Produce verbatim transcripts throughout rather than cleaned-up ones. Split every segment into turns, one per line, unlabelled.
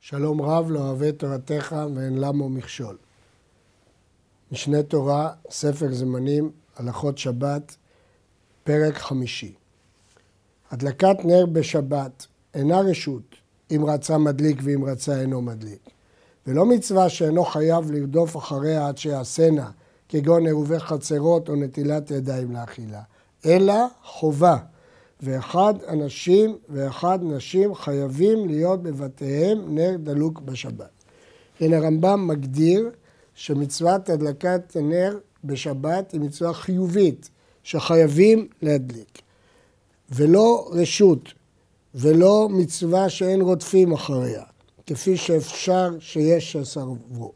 שלום רב לא אוהב תורתך ואין למו מכשול. משנה תורה, ספר זמנים, הלכות שבת, פרק חמישי. הדלקת נר בשבת אינה רשות אם רצה מדליק ואם רצה אינו מדליק. ולא מצווה שאינו חייב לרדוף אחריה עד שיעשנה, כגון עירובי חצרות או נטילת ידיים לאכילה, אלא חובה. ואחד אנשים ואחד נשים חייבים להיות בבתיהם נר דלוק בשבת. הנה הרמב"ם מגדיר שמצוות הדלקת נר בשבת היא מצווה חיובית שחייבים להדליק. ולא רשות ולא מצווה שאין רודפים אחריה, כפי שאפשר שיש שסרבו.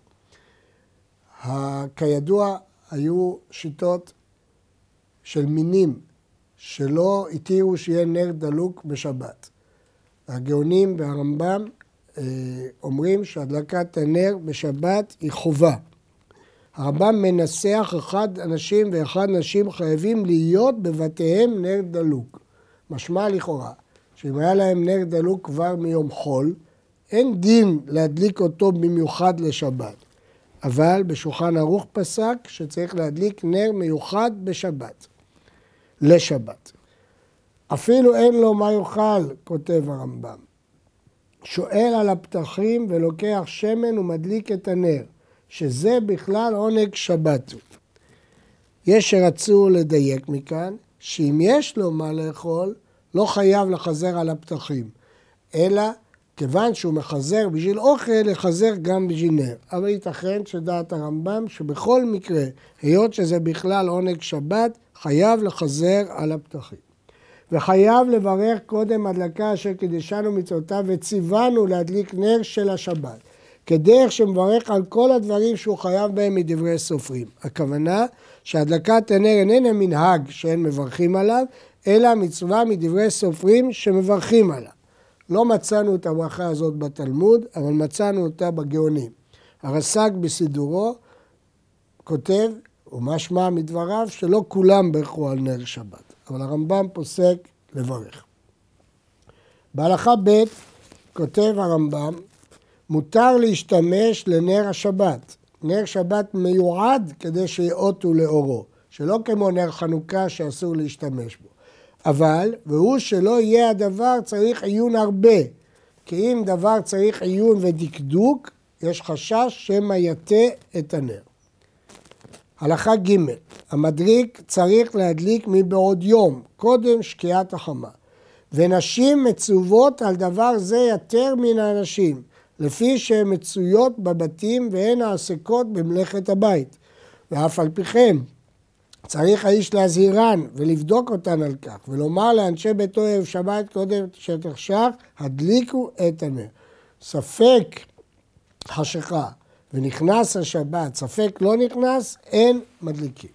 כידוע היו שיטות של מינים שלא התירו שיהיה נר דלוק בשבת. הגאונים והרמב"ם אה, אומרים שהדלקת הנר בשבת היא חובה. הרמב"ם מנסח אחד אנשים ואחד נשים חייבים להיות בבתיהם נר דלוק. משמע לכאורה, שאם היה להם נר דלוק כבר מיום חול, אין דין להדליק אותו במיוחד לשבת. אבל בשולחן ערוך פסק שצריך להדליק נר מיוחד בשבת. לשבת. אפילו אין לו מה יאכל, כותב הרמב"ם. שואל על הפתחים ולוקח שמן ומדליק את הנר, שזה בכלל עונג שבת. יש שרצו לדייק מכאן, שאם יש לו מה לאכול, לא חייב לחזר על הפתחים, אלא כיוון שהוא מחזר בשביל אוכל, לחזר גם בשביל נר. אבל ייתכן שדעת הרמב"ם שבכל מקרה, היות שזה בכלל עונג שבת, חייב לחזר על הפתחים. וחייב לברך קודם הדלקה אשר קידשנו מצוותיו וציוונו להדליק נר של השבת. כדרך שמברך על כל הדברים שהוא חייב בהם מדברי סופרים. הכוונה שהדלקת הנר איננה מנהג שאין מברכים עליו, אלא מצווה מדברי סופרים שמברכים עליו. לא מצאנו את הברכה הזאת בתלמוד, אבל מצאנו אותה בגאונים. הרס"ג בסידורו כותב, ומשמע מדבריו, שלא כולם ברכו על נר שבת, אבל הרמב"ם פוסק לברך. בהלכה ב' כותב הרמב"ם, מותר להשתמש לנר השבת. נר שבת מיועד כדי שיאותו לאורו, שלא כמו נר חנוכה שאסור להשתמש בו. אבל, והוא שלא יהיה הדבר צריך עיון הרבה, כי אם דבר צריך עיון ודקדוק, יש חשש שמא יטה את הנר. הלכה ג' המדליק צריך להדליק מבעוד יום, קודם שקיעת החמה. ונשים מצוות על דבר זה יותר מן האנשים, לפי שהן מצויות בבתים והן העסקות במלאכת הבית. ואף על פי כן, צריך האיש להזהירן ולבדוק אותן על כך, ולומר לאנשי ביתו ערב שבת קודם שתחשך, הדליקו את הנר. ספק חשיכה ונכנס השבת, ספק לא נכנס, אין מדליקים.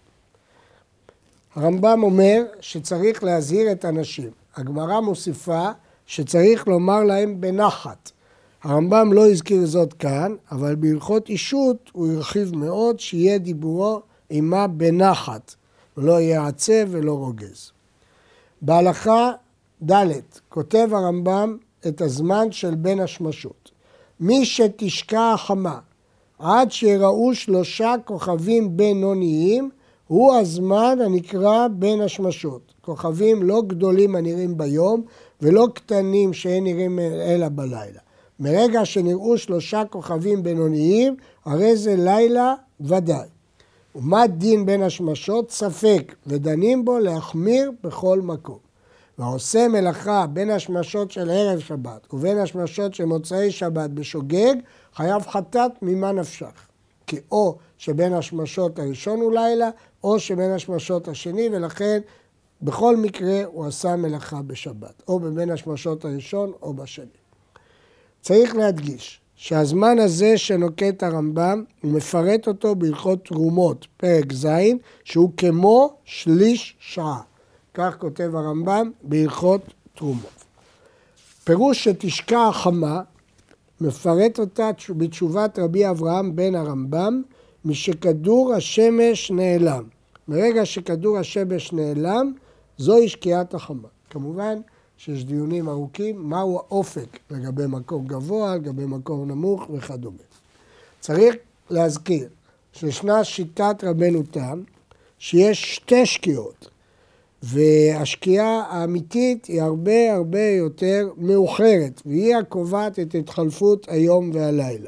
הרמב"ם אומר שצריך להזהיר את הנשים. הגמרא מוסיפה שצריך לומר להם בנחת. הרמב"ם לא הזכיר זאת כאן, אבל בהלכות אישות הוא הרחיב מאוד שיהיה דיבורו עמה בנחת, ולא יהיה עצב ולא רוגז. בהלכה ד' כותב הרמב"ם את הזמן של בין השמשות. מי שתשקע החמה עד שיראו שלושה כוכבים בינוניים, הוא הזמן הנקרא בין השמשות. כוכבים לא גדולים הנראים ביום, ולא קטנים שאין נראים אלא בלילה. מרגע שנראו שלושה כוכבים בינוניים, הרי זה לילה ודאי. ומה דין בין השמשות? ספק, ודנים בו להחמיר בכל מקום. והעושה מלאכה בין השמשות של ערב שבת ובין השמשות של מוצאי שבת בשוגג, חייב חטאת ממה נפשך. כי או שבין השמשות הראשון הוא לילה, או שבין השמשות השני, ולכן בכל מקרה הוא עשה מלאכה בשבת, או בין השמשות הראשון או בשני. צריך להדגיש שהזמן הזה שנוקט הרמב"ם, הוא מפרט אותו בהלכות תרומות, פרק ז', שהוא כמו שליש שעה. כך כותב הרמב"ם בהלכות תרומות. פירוש שתשקע החמה, מפרט אותה בתשובת רבי אברהם בן הרמב"ם, משכדור השמש נעלם. מרגע שכדור השמש נעלם, זוהי שקיעת החמה. כמובן שיש דיונים ארוכים, מהו האופק לגבי מקום גבוה, לגבי מקום נמוך וכדומה. צריך להזכיר שישנה שיטת רבנו תם, שיש שתי שקיעות, והשקיעה האמיתית היא הרבה הרבה יותר מאוחרת, והיא הקובעת את התחלפות היום והלילה.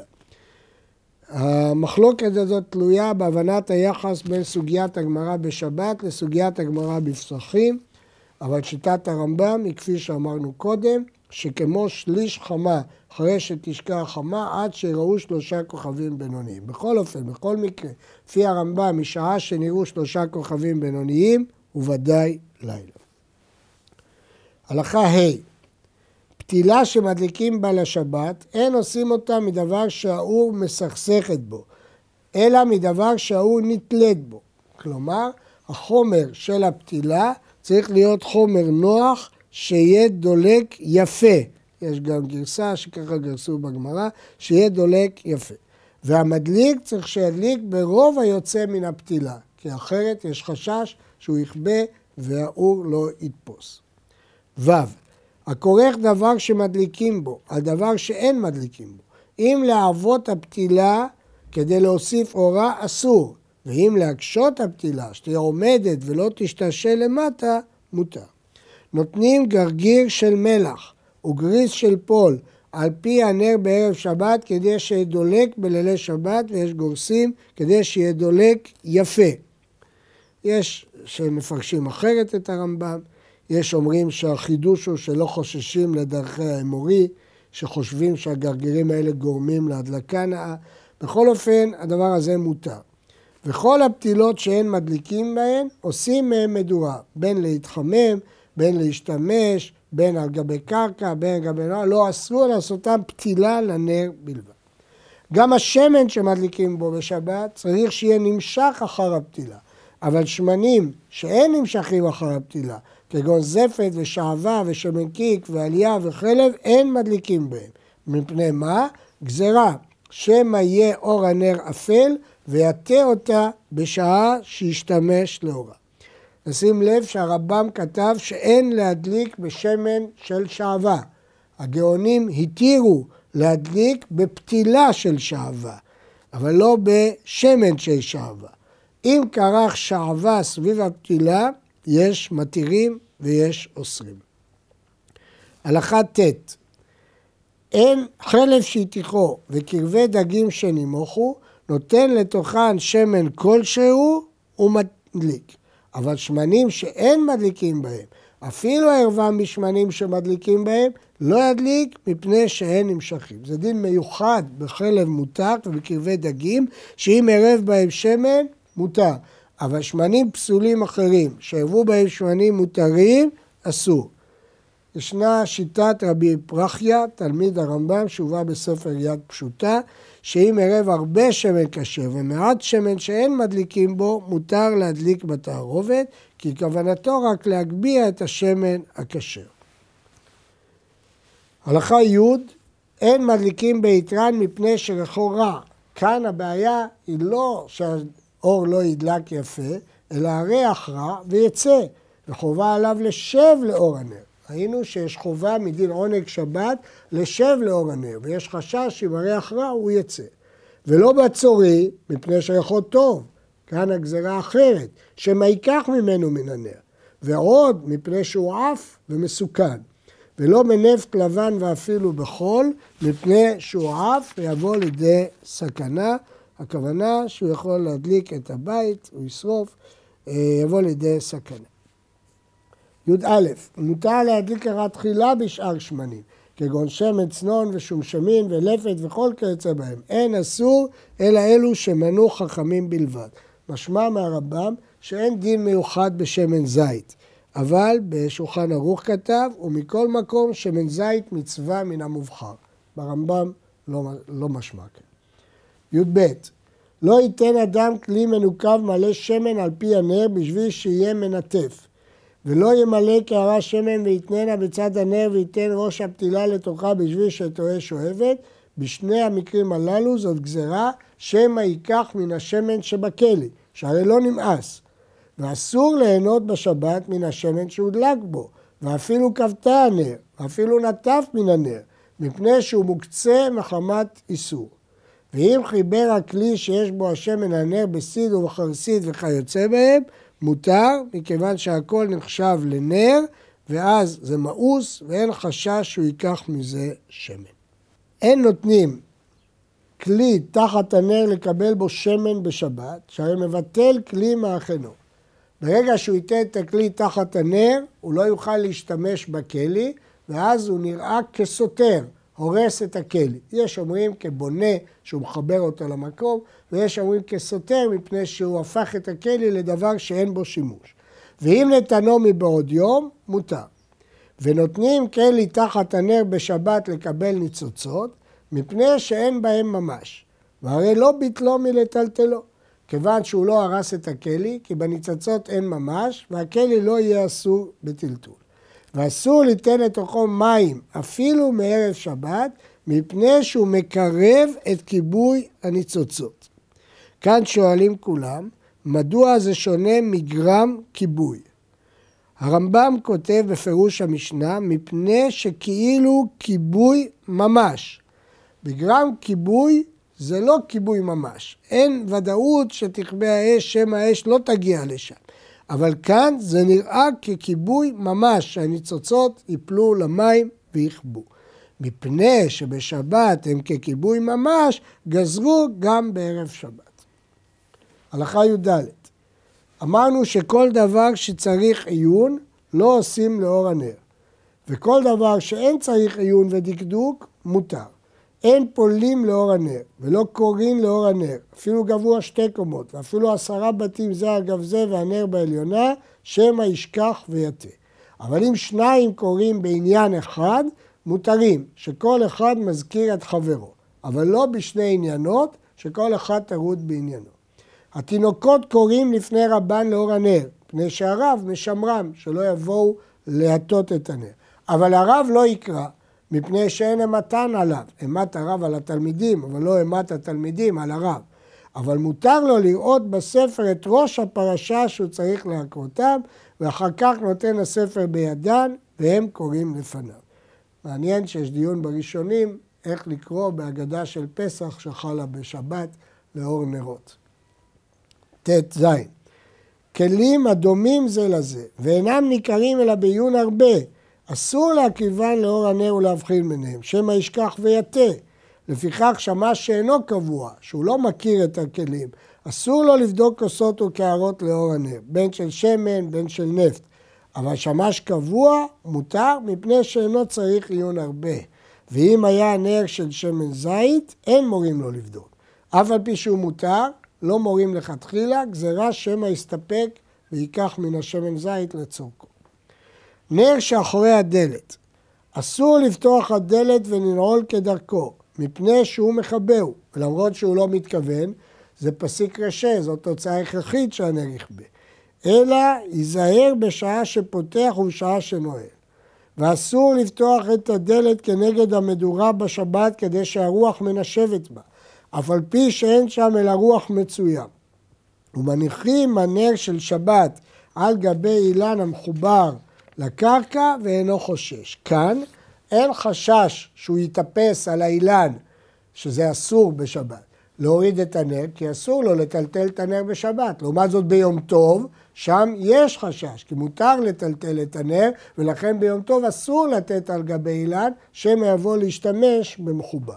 המחלוקת הזאת תלויה בהבנת היחס בין סוגיית הגמרא בשבת לסוגיית הגמרא בפסחים, אבל שיטת הרמב"ם היא כפי שאמרנו קודם, שכמו שליש חמה אחרי שתשקע החמה עד שיראו שלושה כוכבים בינוניים. בכל אופן, בכל מקרה, לפי הרמב"ם, משעה שנראו שלושה כוכבים בינוניים, וודאי לילה. הלכה ה' פתילה שמדליקים בה לשבת, אין עושים אותה מדבר שהאור מסכסכת בו, אלא מדבר שהאור נתלת בו. כלומר, החומר של הפתילה צריך להיות חומר נוח שיהיה דולק יפה. יש גם גרסה שככה גרסו בגמרא, שיהיה דולק יפה. והמדליק צריך שידליק ברוב היוצא מן הפתילה, כי אחרת יש חשש שהוא יכבה והאור לא יתפוס. ו' הכורך דבר שמדליקים בו, על דבר שאין מדליקים בו. אם לעבות הפתילה כדי להוסיף אורה אסור, ואם להקשות הפתילה שתהיה עומדת ולא תשתשל למטה, מותר. נותנים גרגיר של מלח וגריס של פול על פי הנר בערב שבת כדי שידולק בלילי שבת, ויש גורסים כדי שידולק יפה. יש שמפרשים אחרת את הרמב"ם, יש אומרים שהחידוש הוא שלא חוששים לדרכי האמורי, שחושבים שהגרגירים האלה גורמים להדלקה נאה. בכל אופן, הדבר הזה מותר. וכל הפתילות שאין מדליקים בהן, עושים מהם מדורה, בין להתחמם, בין להשתמש, בין על גבי קרקע, בין על גבי נוער, לא אסרו לעשותם פתילה לנר בלבד. גם השמן שמדליקים בו בשבת צריך שיהיה נמשך אחר הפתילה, אבל שמנים שאין נמשכים אחר הפתילה, כגון זפת ושעבה ושמן קיק ועלייה וחלב, אין מדליקים בהם. מפני מה? גזרה, שמא יהיה אור הנר אפל ויתה אותה בשעה שישתמש לאורה. נשים לב שהרמב"ם כתב שאין להדליק בשמן של שעבה. הגאונים התירו להדליק בפתילה של שעבה, אבל לא בשמן של שעבה. אם קרח שעבה סביב הפתילה, יש מתירים ויש אוסרים. הלכה ט' אין חלף שהתיכו וקרבי דגים שנימוכו, נותן לתוכן שמן כלשהו ומדליק. אבל שמנים שאין מדליקים בהם, אפילו הערבם בשמנים שמדליקים בהם, לא ידליק מפני שאין נמשכים. זה דין מיוחד בחלב מותר ובקרבי דגים, שאם ערב בהם שמן, מותר. אבל שמנים פסולים אחרים, שערבו בהם שמנים מותרים, אסור. ישנה שיטת רבי פרחיה, תלמיד הרמב"ם, שהובא בספר יד פשוטה, שאם ערב הרבה שמן כשר ומעט שמן שאין מדליקים בו, מותר להדליק בתערובת, כי כוונתו רק להגביה את השמן הכשר. הלכה י' אין מדליקים ביתרן מפני שריחו רע. כאן הבעיה היא לא שהאור לא ידלק יפה, אלא הריח רע ויצא, וחובה עליו לשב לאור הנר. ראינו שיש חובה מדין עונג שבת לשב לאור הנר, ויש חשש שאם הריח רע הוא יצא. ולא בצורי, מפני שריחו טוב, כאן הגזרה אחרת, שמה ייקח ממנו מן הנר. ועוד מפני שהוא עף ומסוכן. ולא בנפט לבן ואפילו בחול, מפני שהוא עף ויבוא לידי סכנה. הכוונה שהוא יכול להדליק את הבית, הוא ישרוף, יבוא לידי סכנה. י"א, מותר להדליק ערה תחילה בשאר שמנים, כגון שמן צנון ושומשמין ולפת וכל כיוצא בהם. אין אסור, אלא אלו שמנו חכמים בלבד. משמע מהרמב"ם שאין דין מיוחד בשמן זית, אבל בשולחן ערוך כתב, ומכל מקום שמן זית מצווה מן המובחר. ברמב"ם לא, לא משמע כן. י"ב, לא ייתן אדם כלי מנוקב מלא שמן על פי הנר בשביל שיהיה מנטף. ולא ימלא קערה שמן ויתננה בצד הנר וייתן ראש הפתילה לתוכה בשביל שתוהה שואבת. בשני המקרים הללו זאת גזרה שמא ייקח מן השמן שבכלי, שהרי לא נמאס. ואסור ליהנות בשבת מן השמן שהודלק בו, ואפילו כבתה הנר, ואפילו נטף מן הנר, מפני שהוא מוקצה מחמת איסור. ואם חיבר הכלי שיש בו השמן הנר בסיד ובחרסית וכיוצא בהם, מותר, מכיוון שהכל נחשב לנר, ואז זה מאוס ואין חשש שהוא ייקח מזה שמן. אין נותנים כלי תחת הנר לקבל בו שמן בשבת, שהרי מבטל כלי מאחנו. ברגע שהוא ייתן את הכלי תחת הנר, הוא לא יוכל להשתמש בכלי, ואז הוא נראה כסותר, הורס את הכלי. יש אומרים כבונה שהוא מחבר אותו למקום, ויש אומרים כסותר מפני שהוא הפך את הכלי לדבר שאין בו שימוש. ואם נתנו מבעוד יום, מותר. ונותנים כלי תחת הנר בשבת לקבל ניצוצות, מפני שאין בהם ממש. והרי לא ביטלו מלטלטלו, כיוון שהוא לא הרס את הכלי, כי בניצוצות אין ממש, והכלי לא יהיה אסור בטלטול. ואסור ליתן לתוכו מים, אפילו מערב שבת, מפני שהוא מקרב את כיבוי הניצוצות. כאן שואלים כולם, מדוע זה שונה מגרם כיבוי? הרמב"ם כותב בפירוש המשנה, מפני שכאילו כיבוי ממש. בגרם כיבוי זה לא כיבוי ממש. אין ודאות שתכבה האש, שם האש לא תגיע לשם. אבל כאן זה נראה ככיבוי ממש, שהניצוצות ייפלו למים ויכבו. מפני שבשבת הם ככיבוי ממש, גזרו גם בערב שבת. הלכה י"ד. אמרנו שכל דבר שצריך עיון, לא עושים לאור הנר. וכל דבר שאין צריך עיון ודקדוק, מותר. אין פולים לאור הנר, ולא קוראים לאור הנר, אפילו גבוה שתי קומות, ואפילו עשרה בתים זה אגב זה והנר בעליונה, שמא ישכח ויתה. אבל אם שניים קוראים בעניין אחד, מותרים, שכל אחד מזכיר את חברו, אבל לא בשני עניינות, שכל אחד תרוד בעניינו. התינוקות קוראים לפני רבן לאור הנר, פני שהרב משמרם, שלא יבואו להטות את הנר. אבל הרב לא יקרא, מפני שאין אמתן עליו, אמת הרב על התלמידים, אבל לא אמת התלמידים על הרב. אבל מותר לו לראות בספר את ראש הפרשה שהוא צריך להקרותם, ואחר כך נותן הספר בידן, והם קוראים לפניו. מעניין שיש דיון בראשונים, איך לקרוא בהגדה של פסח שחלה בשבת לאור נרות. תת זין. כלים הדומים זה לזה, ואינם ניכרים אלא בעיון הרבה, אסור להקריבן לאור הנר ולהבחין ביניהם, שמא ישכח ויתה. לפיכך שמש שאינו קבוע, שהוא לא מכיר את הכלים, אסור לו לבדוק כוסות וקערות לאור הנר, בין של שמן, בין של נפט. אבל שמש קבוע מותר מפני שאינו צריך עיון הרבה. ואם היה הנר של שמן זית, אין מורים לו לבדוק. אף על פי שהוא מותר, לא מורים לכתחילה, גזרה שמא יסתפק ויקח מן השמן זית לצורכו. נר שאחורי הדלת, אסור לפתוח הדלת וננעול כדרכו, מפני שהוא מחבאו, ולמרות שהוא לא מתכוון, זה פסיק רשה, זו תוצאה הכרחית שהנר יכבה. אלא ייזהר בשעה שפותח ובשעה שנועל. ואסור לפתוח את הדלת כנגד המדורה בשבת כדי שהרוח מנשבת בה, אף על פי שאין שם אלא רוח מצויה. ומניחים הנר של שבת על גבי אילן המחובר לקרקע ואינו חושש. כאן אין חשש שהוא יתאפס על האילן, שזה אסור בשבת, להוריד את הנר, כי אסור לו לטלטל את הנר בשבת. לעומת זאת ביום טוב, שם יש חשש, כי מותר לטלטל את הנר, ולכן ביום טוב אסור לתת על גבי אילן, שמא יבוא להשתמש במחובר.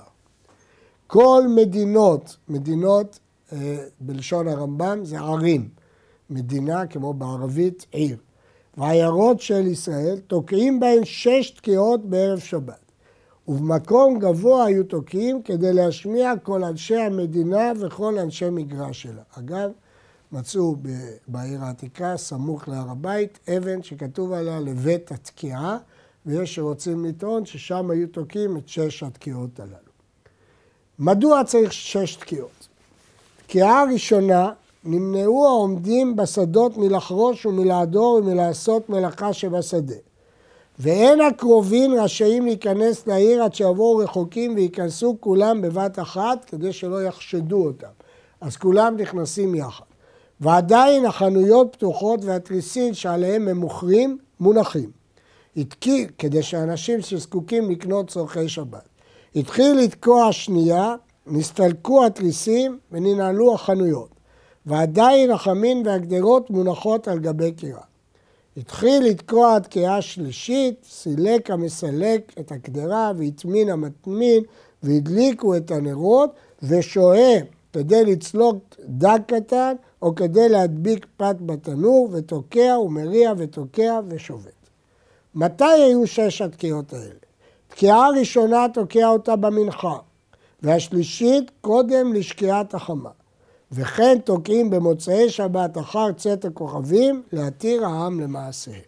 כל מדינות, מדינות אה, בלשון הרמב"ם זה ערים, מדינה כמו בערבית עיר. והעיירות של ישראל תוקעים בהן שש תקיעות בערב שבת. ובמקום גבוה היו תוקעים כדי להשמיע כל אנשי המדינה וכל אנשי מגרש שלה. אגב, מצאו בעיר העתיקה, סמוך להר הבית, אבן שכתוב עליה לבית התקיעה, ויש שרוצים לטעון ששם היו תוקעים את שש התקיעות הללו. מדוע צריך שש תקיעות? תקיעה הראשונה, נמנעו העומדים בשדות מלחרוש ומלעדור ומלעשות מלאכה שבשדה. ואין הקרובים רשאים להיכנס לעיר עד שיבואו רחוקים וייכנסו כולם בבת אחת כדי שלא יחשדו אותם. אז כולם נכנסים יחד. ועדיין החנויות פתוחות והתריסים שעליהם הם מוכרים מונחים. התקיע, כדי שאנשים שזקוקים לקנות צורכי שבת. התחיל לתקוע שנייה, נסתלקו התריסים וננעלו החנויות, ועדיין החמין והגדרות מונחות על גבי קירה. התחיל לתקוע התקיעה שלישית, סילק המסלק את הקדרה והטמין המטמין והדליקו את הנרות ושוהה כדי לצלוק דג קטן או כדי להדביק פת בתנור ותוקע ומריע ותוקע ושובת. מתי היו שש התקיעות האלה? תקיעה ראשונה תוקע אותה במנחה והשלישית קודם לשקיעת החמה. וכן תוקעים במוצאי שבת אחר צאת הכוכבים להתיר העם למעשיהם.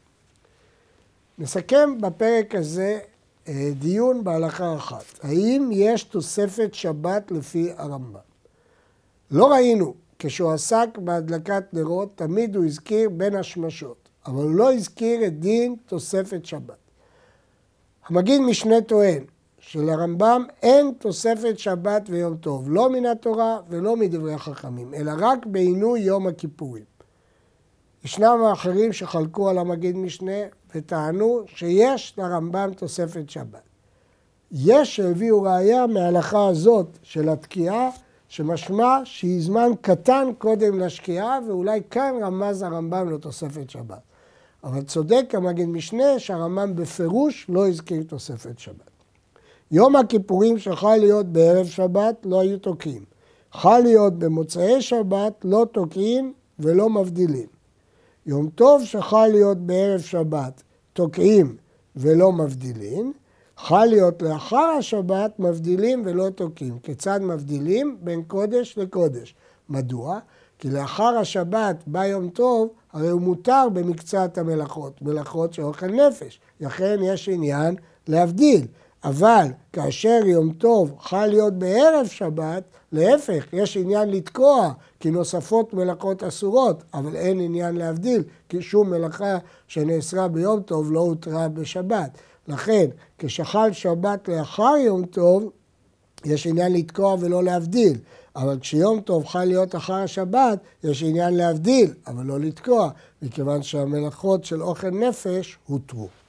נסכם בפרק הזה דיון בהלכה אחת. האם יש תוספת שבת לפי הרמב"ם? לא ראינו, כשהוא עסק בהדלקת נרות, תמיד הוא הזכיר בין השמשות, אבל הוא לא הזכיר את דין תוספת שבת. המגיד משנה טוען שלרמב"ם אין תוספת שבת ויום טוב, לא מן התורה ולא מדברי החכמים, אלא רק בעינוי יום הכיפורים. ישנם האחרים שחלקו על המגיד משנה וטענו שיש לרמב"ם תוספת שבת. יש שהביאו ראיה מההלכה הזאת של התקיעה, שמשמע שהיא זמן קטן קודם לשקיעה, ואולי כאן רמז הרמב"ם לתוספת שבת. אבל צודק המגיד משנה שהרמב"ם בפירוש לא הזכיר תוספת שבת. יום הכיפורים שחל להיות בערב שבת לא היו תוקעים. חל להיות במוצאי שבת לא תוקעים ולא מבדילים. יום טוב שחל להיות בערב שבת תוקעים ולא מבדילים. חל להיות לאחר השבת מבדילים ולא תוקעים. כיצד מבדילים? בין קודש לקודש. מדוע? כי לאחר השבת בא יום טוב, הרי הוא מותר במקצת המלאכות, מלאכות של אוכל נפש. לכן יש עניין להבדיל. אבל כאשר יום טוב חל להיות בערב שבת, להפך, יש עניין לתקוע, כי נוספות מלאכות אסורות, אבל אין עניין להבדיל, כי שום מלאכה שנאסרה ביום טוב לא הותרה בשבת. לכן, כשחל שבת לאחר יום טוב, יש עניין לתקוע ולא להבדיל. אבל כשיום טוב חל להיות אחר השבת, יש עניין להבדיל, אבל לא לתקוע, מכיוון שהמלאכות של אוכל נפש הותרו.